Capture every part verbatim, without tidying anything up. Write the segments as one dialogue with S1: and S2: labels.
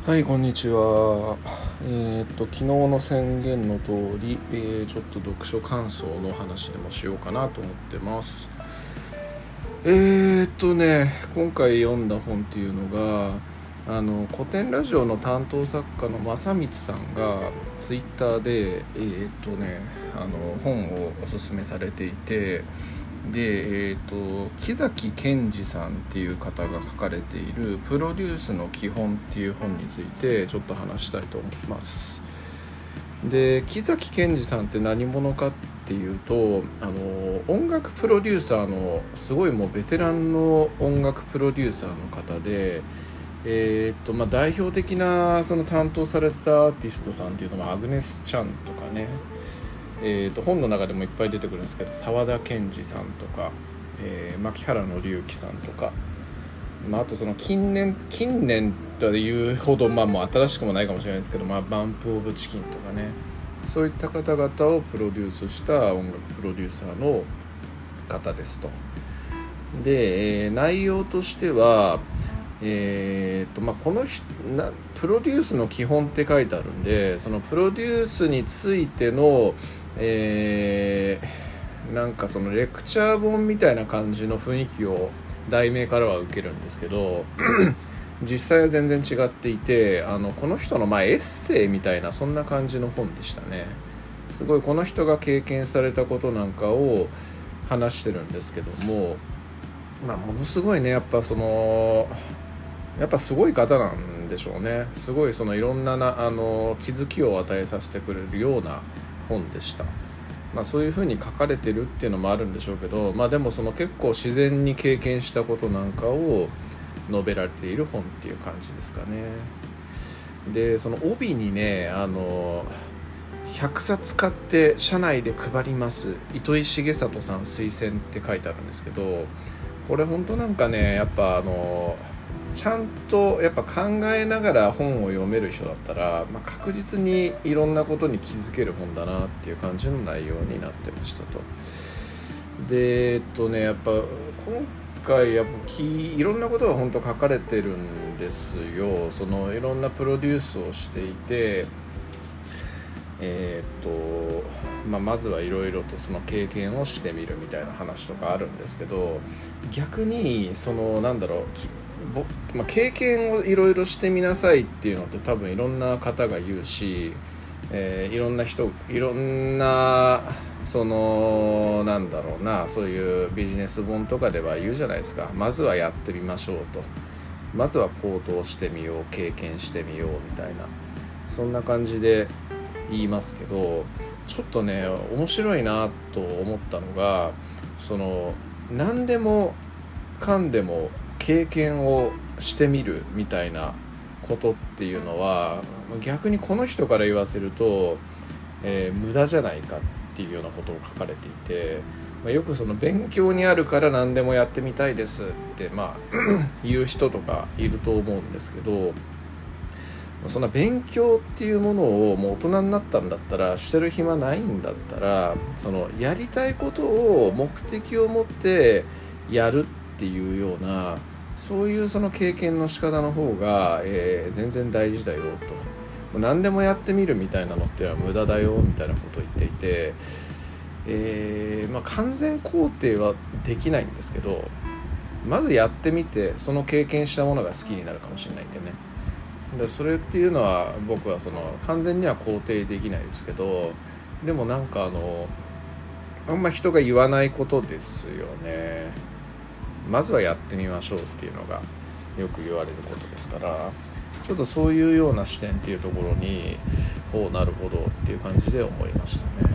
S1: はい、こんにちは。えー、っと昨日の宣言の通り、えー、ちょっと読書感想の話でもしようかなと思ってます。えー、っとね今回読んだ本っていうのがあの古典ラジオの担当作家の正光さんがツイッターでえー、っとねあの本をおすすめされていて、で、えー、と木崎健二さんっていう方が書かれているプロデュースの基本っていう本についてちょっと話したいと思います。で、木崎健二さんって何者かっていうと、あの音楽プロデューサーのすごいもうベテランの音楽プロデューサーの方で、えーとまあ、代表的なその担当されたアーティストさんっていうのはアグネス・チャンとかね、えー、と本の中でもいっぱい出てくるんですけど沢田研二さんとか、えー、牧原紀之さんとか、まあ、あとその近年近年というほど、まあ、もう新しくもないかもしれないですけど、まあ、バンプ・オブ・チキンとかね、そういった方々をプロデュースした音楽プロデューサーの方ですと。で、えー、内容としてはえーとまあ、このなプロデュースの基本って書いてあるんで、そのプロデュースについての、えー、なんかそのレクチャー本みたいな感じの雰囲気を題名からは受けるんですけど実際は全然違っていて、あのこの人のまあエッセイみたいなそんな感じの本でしたね。すごいこの人が経験されたことなんかを話してるんですけども、まあ、ものすごいねやっぱそのやっぱすごい方なんでしょうね。すごいそのいろんななあの気づきを与えさせてくれるような本でした。まあ、そういう風に書かれてるっていうのもあるんでしょうけど、まあ、でもその結構自然に経験したことなんかを述べられている本っていう感じですかね。で、その帯にねあのひゃくさつ買って社内で配ります糸井重里さん推薦って書いてあるんですけど、これ本当なんかねやっぱあのちゃんとやっぱ考えながら本を読める人だったら、まあ、確実にいろんなことに気づける本だなっていう感じの内容になってましたと。でえっとねやっぱ今回やっぱいろんなことが本当書かれてるんですよ。そのいろんなプロデュースをしていて、えーっとまあ、まずはいろいろとその経験をしてみるみたいな話とかあるんですけど、逆にそのなんだろうぼ、まあ、経験をいろいろしてみなさいっていうのって多分いろんな方が言うし、えー、いろんな人いろんなそのなんだろうなそういうビジネス本とかでは言うじゃないですか。まずはやってみましょうと、まずは行動してみよう、経験してみようみたいな、そんな感じで言いますけど、ちょっとね面白いなと思ったのが、その何でもかんでも経験をしてみるみたいなことっていうのは逆にこの人から言わせると、えー、無駄じゃないかっていうようなことを書かれていて、まあ、よくその勉強にあるから何でもやってみたいですってまあ言う人とかいると思うんですけど、そんな勉強っていうものをもう大人になったんだったらしてる暇ないんだったら、そのやりたいことを目的を持ってやるっていうようなそういうその経験の仕方の方が、えー、全然大事だよと。何でもやってみるみたいなのっては無駄だよみたいなことを言っていて、えーまあ、完全肯定はできないんですけど、まずやってみてその経験したものが好きになるかもしれないんでね。でそれっていうのは僕はその完全には肯定できないですけど、でもなんかあのあんま人が言わないことですよね。まずはやってみましょうっていうのがよく言われることですから、ちょっとそういうような視点っていうところにほうなるほどっていう感じで思いましたね。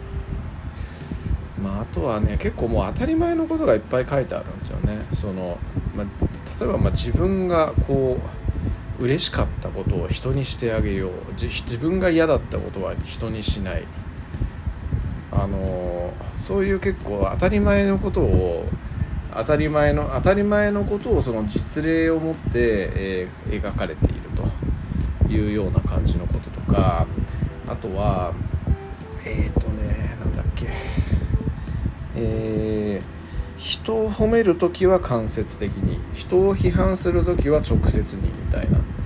S1: まあ、あとはね結構もう当たり前のことがいっぱい書いてあるんですよね。その、まあ、例えばまあ自分がこう嬉しかったことを人にしてあげよう、自分が嫌だったことは人にしない、あのそういう結構当たり前のことを当たり前の当たり前のことをその実例を持って、えー、描かれているというような感じのこととか、あとはえっ、ー、とねなんだっけえー、人を褒めるときは間接的に、人を批判するときは直接にみたいな、こ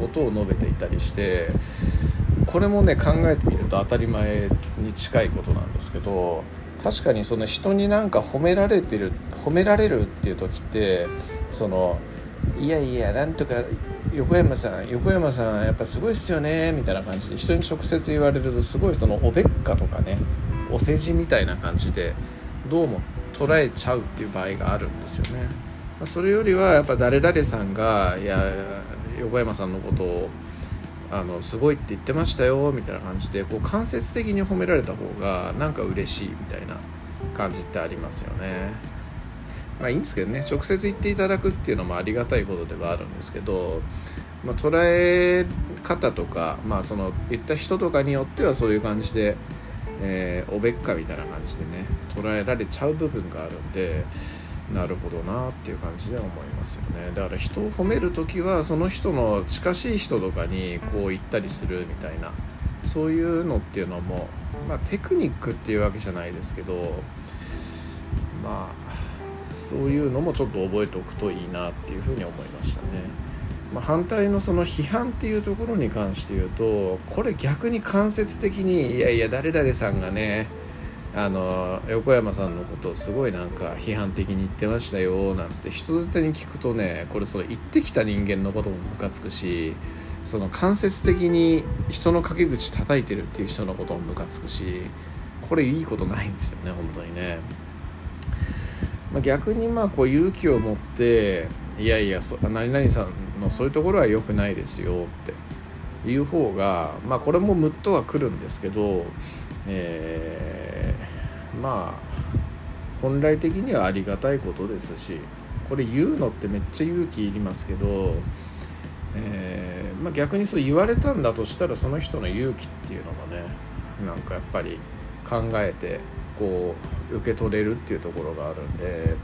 S1: ことを述べていたりして、これもね考えてみると当たり前に近いことなんですけど、確かにその人になんか褒められてる褒められるっていう時って、そのいやいやなんとか横山さん横山さんやっぱすごいっすよねみたいな感じで人に直接言われると、すごいそのおべっかとかね、お世辞みたいな感じでどうも捉えちゃうっていう場合があるんですよね。それよりはやっぱ誰々さんがいや横山さんのことをあのすごいって言ってましたよみたいな感じでこう間接的に褒められた方がなんか嬉しいみたいな感じってありますよね。まあいいんですけどね、直接言っていただくっていうのもありがたいことではあるんですけど、まあ、捉え方とか、まあ、その言った人とかによってはそういう感じで、えー、おべっかみたいな感じでね捉えられちゃう部分があるんで、なるほどなっていう感じで思いますよね。だから人を褒めるときはその人の近しい人とかにこう言ったりするみたいな、そういうのっていうのも、まあ、テクニックっていうわけじゃないですけど、まあそういうのもちょっと覚えておくといいなっていうふうに思いましたね。まあ、反対のその批判っていうところに関して言うと、これ逆に間接的にいやいや誰々さんがねあの横山さんのことをすごいなんか批判的に言ってましたよなんつって人づてに聞くとね、これその言ってきた人間のこともムカつくし、その間接的に人の陰口叩いてるっていう人のこともムカつくし、これいいことないんですよね本当にね。まあ、逆にまあこう勇気を持っていやいやそ何々さんのそういうところは良くないですよっていう方が、まあこれもムッとはくるんですけど、えー、まあ本来的にはありがたいことですし、これ言うのってめっちゃ勇気いりますけど、えーまあ、逆にそう言われたんだとしたらその人の勇気っていうのがねなんかやっぱり考えてこう受け取れるっていうところがあるんで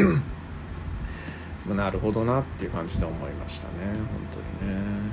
S1: なるほどなっていう感じで思いましたね本当にね。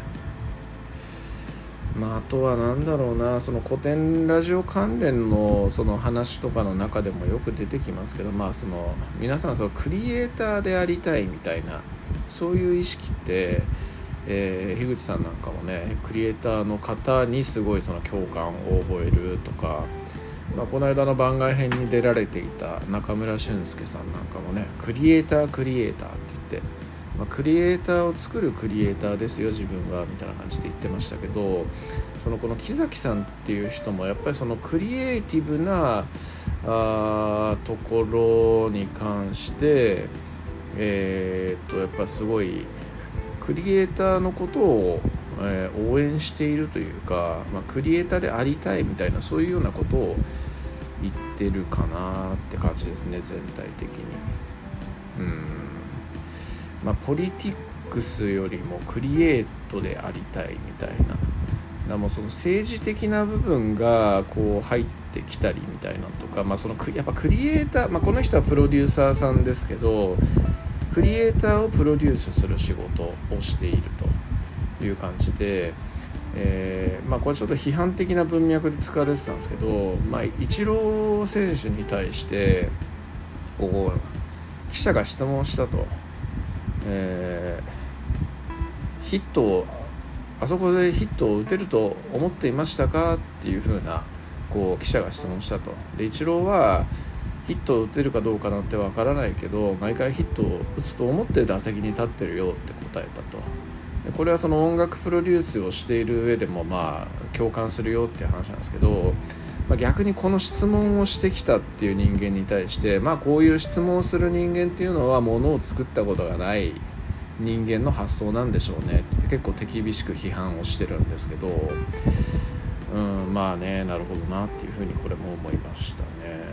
S1: まあ、あとはなんだろうな、その古典ラジオ関連のその話とかの中でもよく出てきますけど、まあその皆さんそのクリエイターでありたいみたいなそういう意識って、えー、樋口さんなんかもねクリエイターの方にすごいその共感を覚えるとか、まあ、この間の番外編に出られていた中村俊輔さんなんかもねクリエイタークリエイターって言って、まあ、クリエイターを作るクリエイターですよ自分はみたいな感じで言ってましたけど、そのこの木崎さんっていう人もやっぱりそのクリエイティブなあところに関してえー、っとやっぱすごいクリエイターのことを、えー、応援しているというか、まあ、クリエイターでありたいみたいなそういうようなことを言ってるかなって感じですね全体的に。うんまあ、ポリティックスよりもクリエイトでありたいみたいな、だもうその政治的な部分がこう入ってきたりみたいなとか、まあ、そのやっぱクリエイター、まあ、この人はプロデューサーさんですけどクリエイターをプロデュースする仕事をしているという感じで、えーまあ、これちょっと批判的な文脈で使われてたんですけど、まあ、イチロー選手に対してこう記者が質問したと、えー、ヒットをあそこでヒットを打てると思っていましたかっていう風なこう記者が質問したと。でイチローはヒットを打てるかどうかなんてわからないけど毎回ヒットを打つと思って打席に立ってるよって答えたと。でこれはその音楽プロデュースをしている上でもまあ共感するよっていう話なんですけど、まあ、逆にこの質問をしてきたっていう人間に対してまあこういう質問をする人間っていうのはものを作ったことがない人間の発想なんでしょうねって結構手厳しく批判をしてるんですけど、うん、まあねなるほどなっていうふうにこれも思いましたね。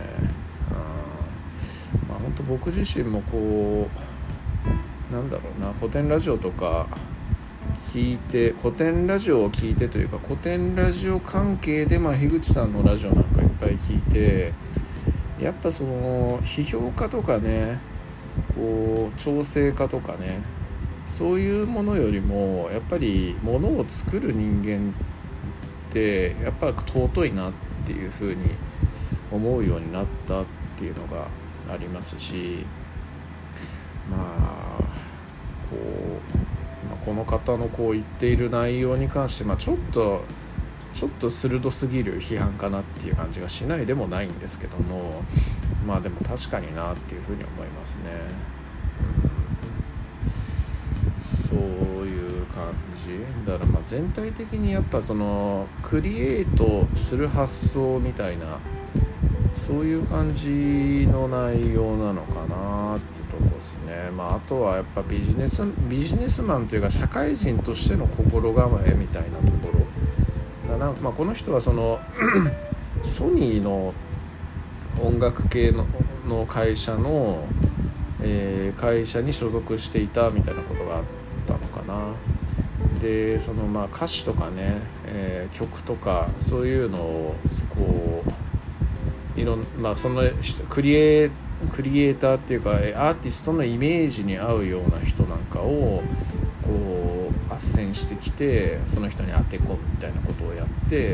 S1: うん、まあ本当僕自身もこうなんだろうな古典ラジオとか聞いて古典ラジオを聞いてというか古典ラジオ関係でまあ樋口さんのラジオなんかいっぱい聞いてやっぱその批評家とかねこう調整家とかねそういうものよりもやっぱりものを作る人間ってやっぱ尊いなっていうふうに思うようになったっていうのがありますし、まあう、まあ、この方のこう言っている内容に関して、まあ、ちょっとちょっと鋭すぎる批判かなっていう感じがしないでもないんですけども、まあでも確かになっていうふうに思いますね、うん、そういう感じだから、まあ全体的にやっぱそのクリエイトする発想みたいな、そういう感じの内容なのかなってとこですね。まああとはやっぱビジネスビジネスマンというか社会人としての心構えみたいなところだな。まあ、この人はそのソニーの音楽系 の, の会社の、えー、会社に所属していたみたいなことがあったのかな。でそのまあ歌詞とかね、えー、曲とかそういうのをこういろん、まあ、そのクリエクリエイターっていうかアーティストのイメージに合うような人なんかをこう斡旋してきて、その人に当て込むみたいなことをやって、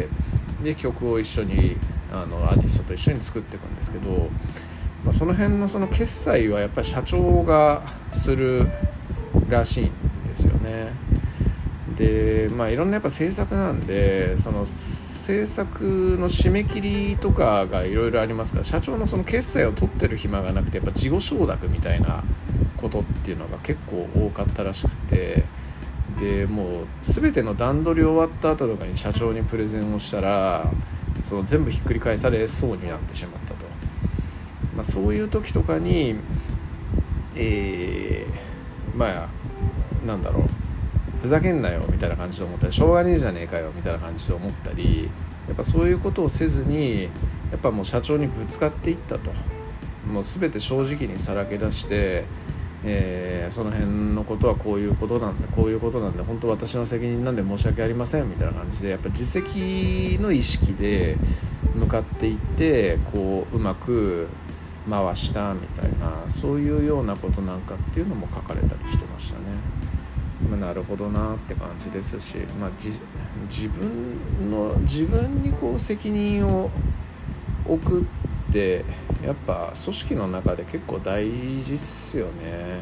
S1: で曲を一緒にあのアーティストと一緒に作っていくんですけど、まあ、その辺のその決済はやっぱり社長がするらしいんですよね。でまあいろんなやっぱ制作なんで、その制作の締め切りとかがいろいろありますから、社長のその決済を取ってる暇がなくて、やっぱ事後承諾みたいなことっていうのが結構多かったらしくて、でもう全ての段取り終わった後とかに社長にプレゼンをしたら、その全部ひっくり返されそうになってしまったと。まあ、そういう時とかに、えー、まあなんだろう、ふざけんなよみたいな感じで思ったり、しょうがねえじゃねえかよみたいな感じで思ったり、やっぱそういうことをせずに、やっぱもう社長にぶつかっていったと。もう全て正直にさらけ出して、えー、その辺のことはこういうことなんでこういうことなんで本当私の責任なんで申し訳ありませんみたいな感じで、やっぱ自責の意識で向かっていって、こううまく回したみたいな、そういうようなことなんかっていうのも書かれたりしてましたね。まあ、なるほどなって感じですし、まあ、じ自分の自分にこう責任を置くってやっぱ組織の中で結構大事っすよね、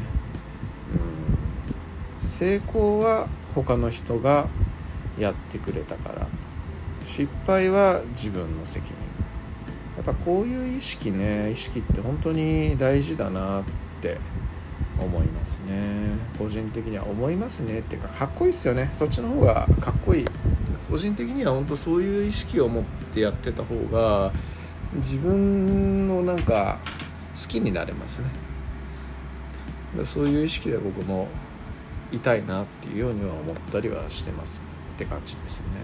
S1: うん、成功は他の人がやってくれたから、失敗は自分の責任。やっぱこういう意識ね意識って本当に大事だなって思いますね。個人的には思いますねっていうか、かっこいいっすよね。そっちの方がかっこいい。個人的には本当そういう意識を持ってやってた方が自分のなんか好きになれますね。そういう意識で僕もいたいなっていうようには思ったりはしてますって感じですね。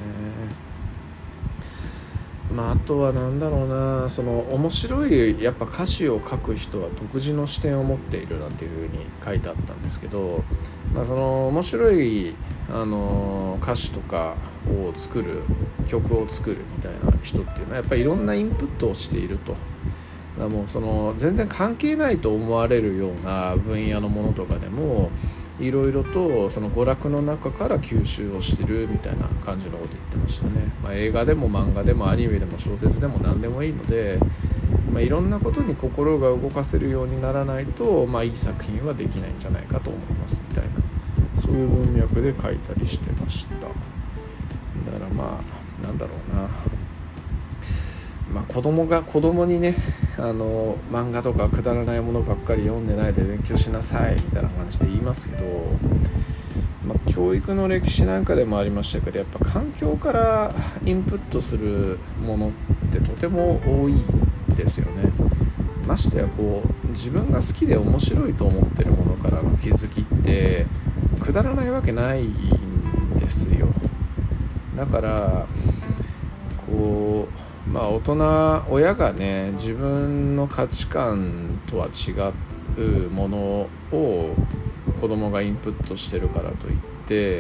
S1: まあ、あとはなんだろうな、その面白いやっぱ歌詞を書く人は独自の視点を持っているなんていう風に書いてあったんですけど、まあ、その面白いあの歌詞とかを作る曲を作るみたいな人っていうのはやっぱりいろんなインプットをしていると。だからもうその全然関係ないと思われるような分野のものとかでもいろいろとその娯楽の中から吸収をしてるみたいな感じのこと言ってましたね。まあ、映画でも漫画でもアニメでも小説でも何でもいいので、まあ、いろんなことに心が動かせるようにならないと、まあ、いい作品はできないんじゃないかと思いますみたいな、そういう文脈で書いたりしてました。だからまあなんだろうな、まあ、子供が子供にねあの漫画とかくだらないものばっかり読んでないで勉強しなさいみたいな感じで言いますけど、まあ、教育の歴史なんかでもありましたけど、やっぱ環境からインプットするものってとても多いんですよね。ましてやこう自分が好きで面白いと思ってるものからの気づきってくだらないわけないんですよ。だからこうまあ大人親がね自分の価値観とは違うものを子供がインプットしてるからといって、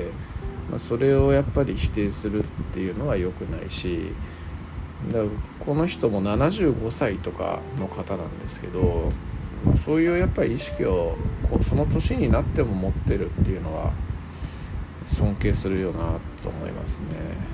S1: まあ、それをやっぱり否定するっていうのは良くないし、だからこの人もななじゅうごさいとかの方なんですけど、まあ、そういうやっぱり意識をこうその年になっても持ってるっていうのは尊敬するよなと思いますね。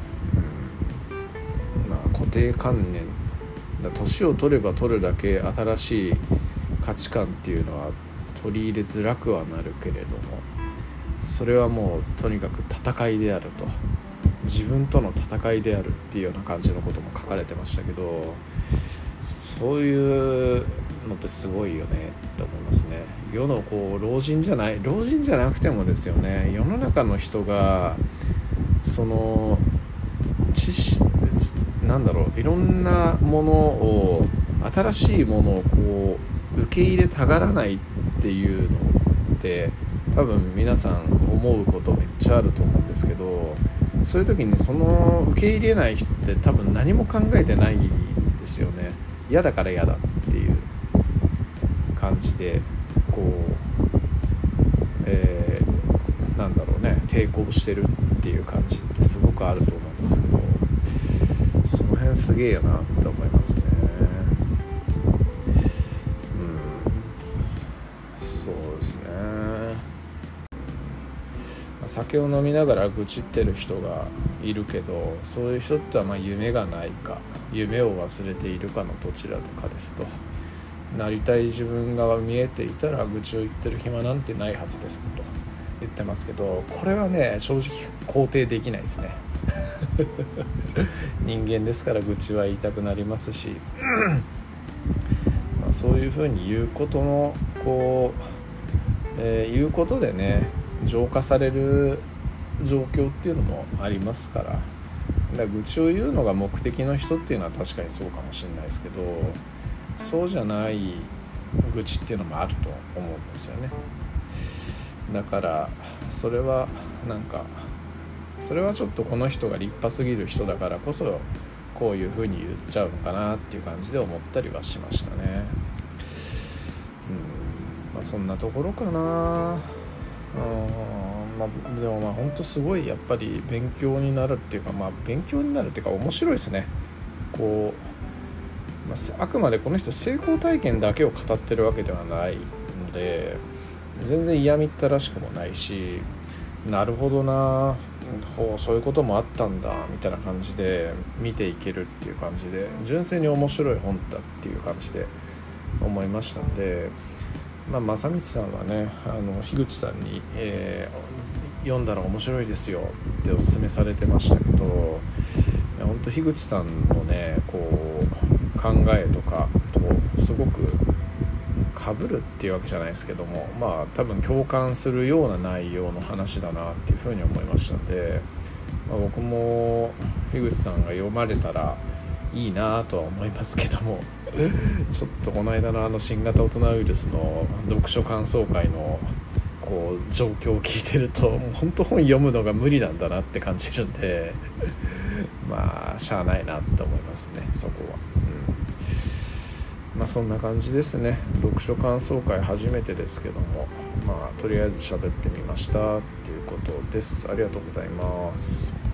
S1: まあ、固定観念だ、年を取れば取るだけ新しい価値観っていうのは取り入れづらくはなるけれども、 それはもうとにかく戦いであると、自分との戦いであるっていうような感じのことも書かれてましたけど、そういうのってすごいよねって思いますね。世のこう老人じゃない老人じゃなくてもですよね、世の中の人がその知識なんだろういろんなものを新しいものをこう受け入れたがらないっていうのって多分皆さん思うことめっちゃあると思うんですけど、そういう時にその受け入れない人って多分何も考えてないんですよね。嫌だから嫌だっていう感じでこう、えー、なんだろうね抵抗してるっていう感じってすごくあると思うんですけど、その辺すげえよなって思いますね。うんそうですね。酒を飲みながら愚痴ってる人がいるけど、そういう人ってはまあ夢がないか夢を忘れているかのどちらかですと。なりたい自分が見えていたら愚痴を言ってる暇なんてないはずですと言ってますけど、これはね正直肯定できないですね人間ですから愚痴は言いたくなりますしまあそういうふうに言うことのこう、えー、言うことでね浄化される状況っていうのもありますから、だから愚痴を言うのが目的の人っていうのは確かにそうかもしれないですけど、そうじゃない愚痴っていうのもあると思うんですよね。だからそれはなんかそれはちょっとこの人が立派すぎる人だからこそこういう風に言っちゃうのかなっていう感じで思ったりはしましたね。うんまあそんなところかな。うんまあ、でもまあ本当すごいやっぱり勉強になるっていうか、まあ勉強になるっていうか面白いですね。こう、まあ、あくまでこの人成功体験だけを語ってるわけではないので全然嫌みったらしくもないし、なるほどなほうそういうこともあったんだみたいな感じで見ていけるっていう感じで純粋に面白い本だっていう感じで思いましたんで、まあ、正光さんはねあの樋口さんに、えー、読んだら面白いですよってお勧めされてましたけど、本当樋口さんのねこう考えとかとすごく被るっていうわけじゃないですけども、まあ多分共感するような内容の話だなっていうふうに思いましたので、まあ、僕も樋口さんが読まれたらいいなとは思いますけどもちょっとこの間のあの新型オトナウイルスの読書感想会のこう状況を聞いてるともう本当本読むのが無理なんだなって感じるんでまあしゃあないなって思いますねそこは、うん、まあそんな感じですね。読書感想会初めてですけどもまあとりあえず喋ってみましたっていうことです。ありがとうございます。